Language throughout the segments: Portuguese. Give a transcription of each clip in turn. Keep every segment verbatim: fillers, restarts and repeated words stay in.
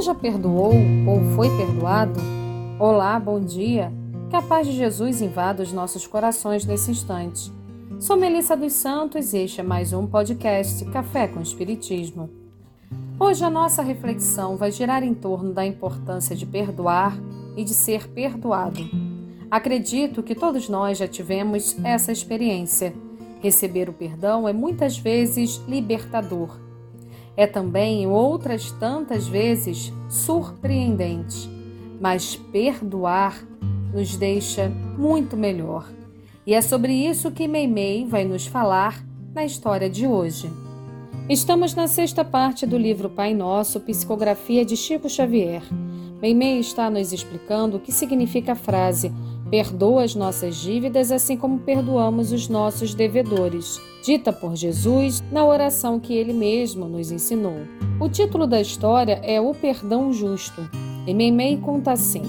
já perdoou ou foi perdoado? Olá, bom dia. Que a paz de Jesus invada os nossos corações nesse instante. Sou Melissa dos Santos e este é mais um podcast Café com Espiritismo. Hoje a nossa reflexão vai girar em torno da importância de perdoar e de ser perdoado. Acredito que todos nós já tivemos essa experiência. Receber o perdão é muitas vezes libertador. É também, outras tantas vezes, surpreendente. Mas perdoar nos deixa muito melhor. E é sobre isso que Meimei vai nos falar na história de hoje. Estamos na sexta parte do livro Pai Nosso, Psicografia de Chico Xavier. Meimei está nos explicando o que significa a frase "perdoa as nossas dívidas assim como perdoamos os nossos devedores", dita por Jesus na oração que ele mesmo nos ensinou. O título da história é O Perdão Justo, e Meimei conta assim.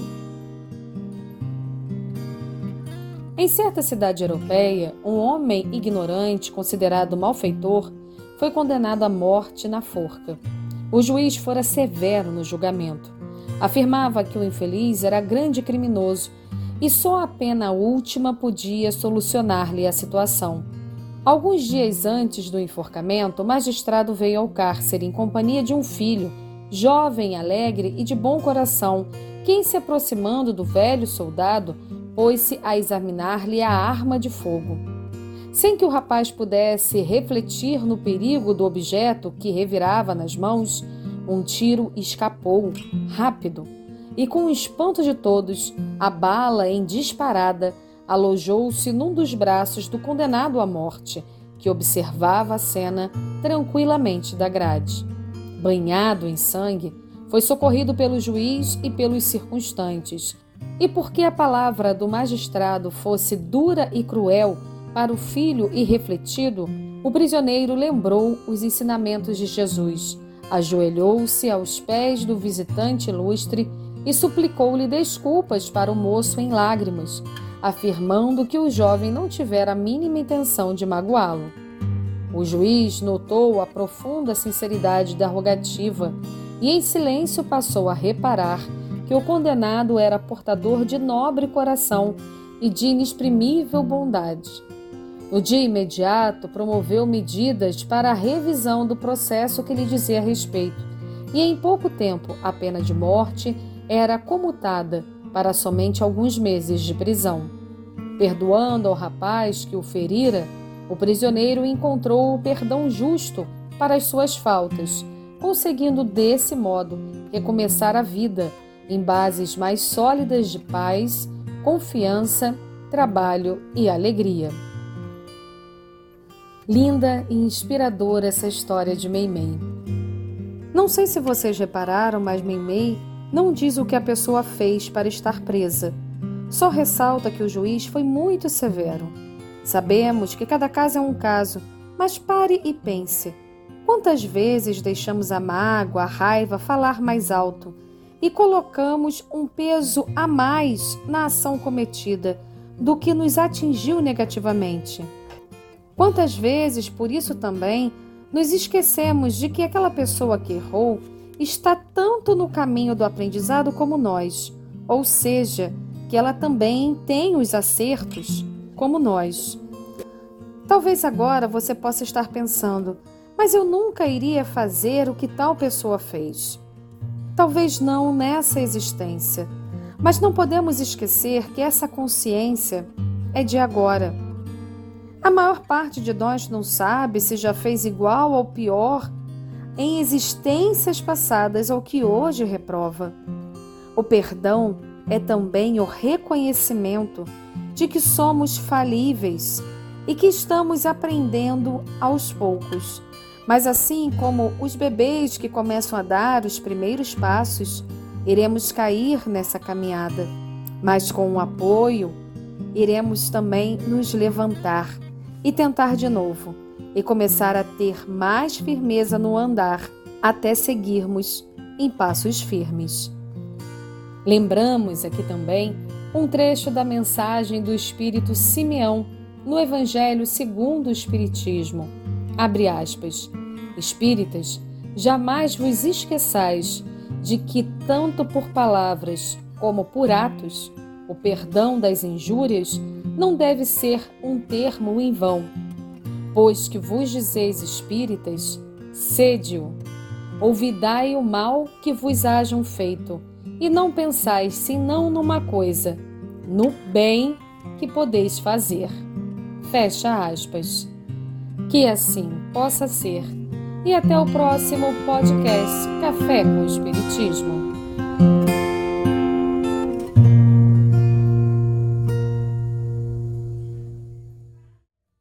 Em certa cidade europeia, um homem ignorante, considerado malfeitor, foi condenado à morte na forca. O juiz fora severo no julgamento. Afirmava que o infeliz era grande criminoso e só a pena última podia solucionar-lhe a situação. Alguns dias antes do enforcamento, o magistrado veio ao cárcere em companhia de um filho, jovem, alegre e de bom coração, quem, se aproximando do velho soldado, pôs-se a examinar-lhe a arma de fogo. Sem que o rapaz pudesse refletir no perigo do objeto que revirava nas mãos, um tiro escapou, rápido, e com o espanto de todos, a bala, em disparada, alojou-se num dos braços do condenado à morte, que observava a cena tranquilamente da grade. Banhado em sangue, foi socorrido pelo juiz e pelos circunstantes, e porque a palavra do magistrado fosse dura e cruel para o filho irrefletido, o prisioneiro lembrou os ensinamentos de Jesus, ajoelhou-se aos pés do visitante ilustre e suplicou-lhe desculpas para o moço em lágrimas, afirmando que o jovem não tivera a mínima intenção de magoá-lo. O juiz notou a profunda sinceridade da rogativa e em silêncio passou a reparar que o condenado era portador de nobre coração e de inexprimível bondade. No dia imediato, promoveu medidas para a revisão do processo que lhe dizia respeito, e em pouco tempo a pena de morte era comutada para somente alguns meses de prisão. Perdoando ao rapaz que o ferira, o prisioneiro encontrou o perdão justo para as suas faltas, conseguindo desse modo recomeçar a vida em bases mais sólidas de paz, confiança, trabalho e alegria. Linda e inspiradora essa história de Meimei. Não sei se vocês repararam, mas Meimei não diz o que a pessoa fez para estar presa. Só ressalta que o juiz foi muito severo. Sabemos que cada caso é um caso, mas pare e pense. Quantas vezes deixamos a mágoa, a raiva falar mais alto e colocamos um peso a mais na ação cometida do que nos atingiu negativamente? Quantas vezes, por isso também, nos esquecemos de que aquela pessoa que errou está tanto no caminho do aprendizado como nós, ou seja, que ela também tem os acertos como nós. Talvez agora você possa estar pensando, mas eu nunca iria fazer o que tal pessoa fez. Talvez não nessa existência, mas não podemos esquecer que essa consciência é de agora. A maior parte de nós não sabe se já fez igual ou pior em existências passadas ou que hoje reprova. O perdão é também o reconhecimento de que somos falíveis e que estamos aprendendo aos poucos. Mas assim como os bebês que começam a dar os primeiros passos, iremos cair nessa caminhada, mas com o apoio, iremos também nos levantar e tentar de novo, e começar a ter mais firmeza no andar, até seguirmos em passos firmes. Lembramos aqui também um trecho da mensagem do Espírito Simeão no Evangelho segundo o Espiritismo. Abre aspas. Espíritas, jamais vos esqueçais de que, tanto por palavras como por atos, o perdão das injúrias não deve ser um termo em vão. Pois que vos dizeis espíritas, sede-o. Ouvidai o mal que vos hajam feito, e não pensais senão numa coisa, no bem que podeis fazer. Fecha aspas. Que assim possa ser. E até o próximo podcast Café com Espiritismo.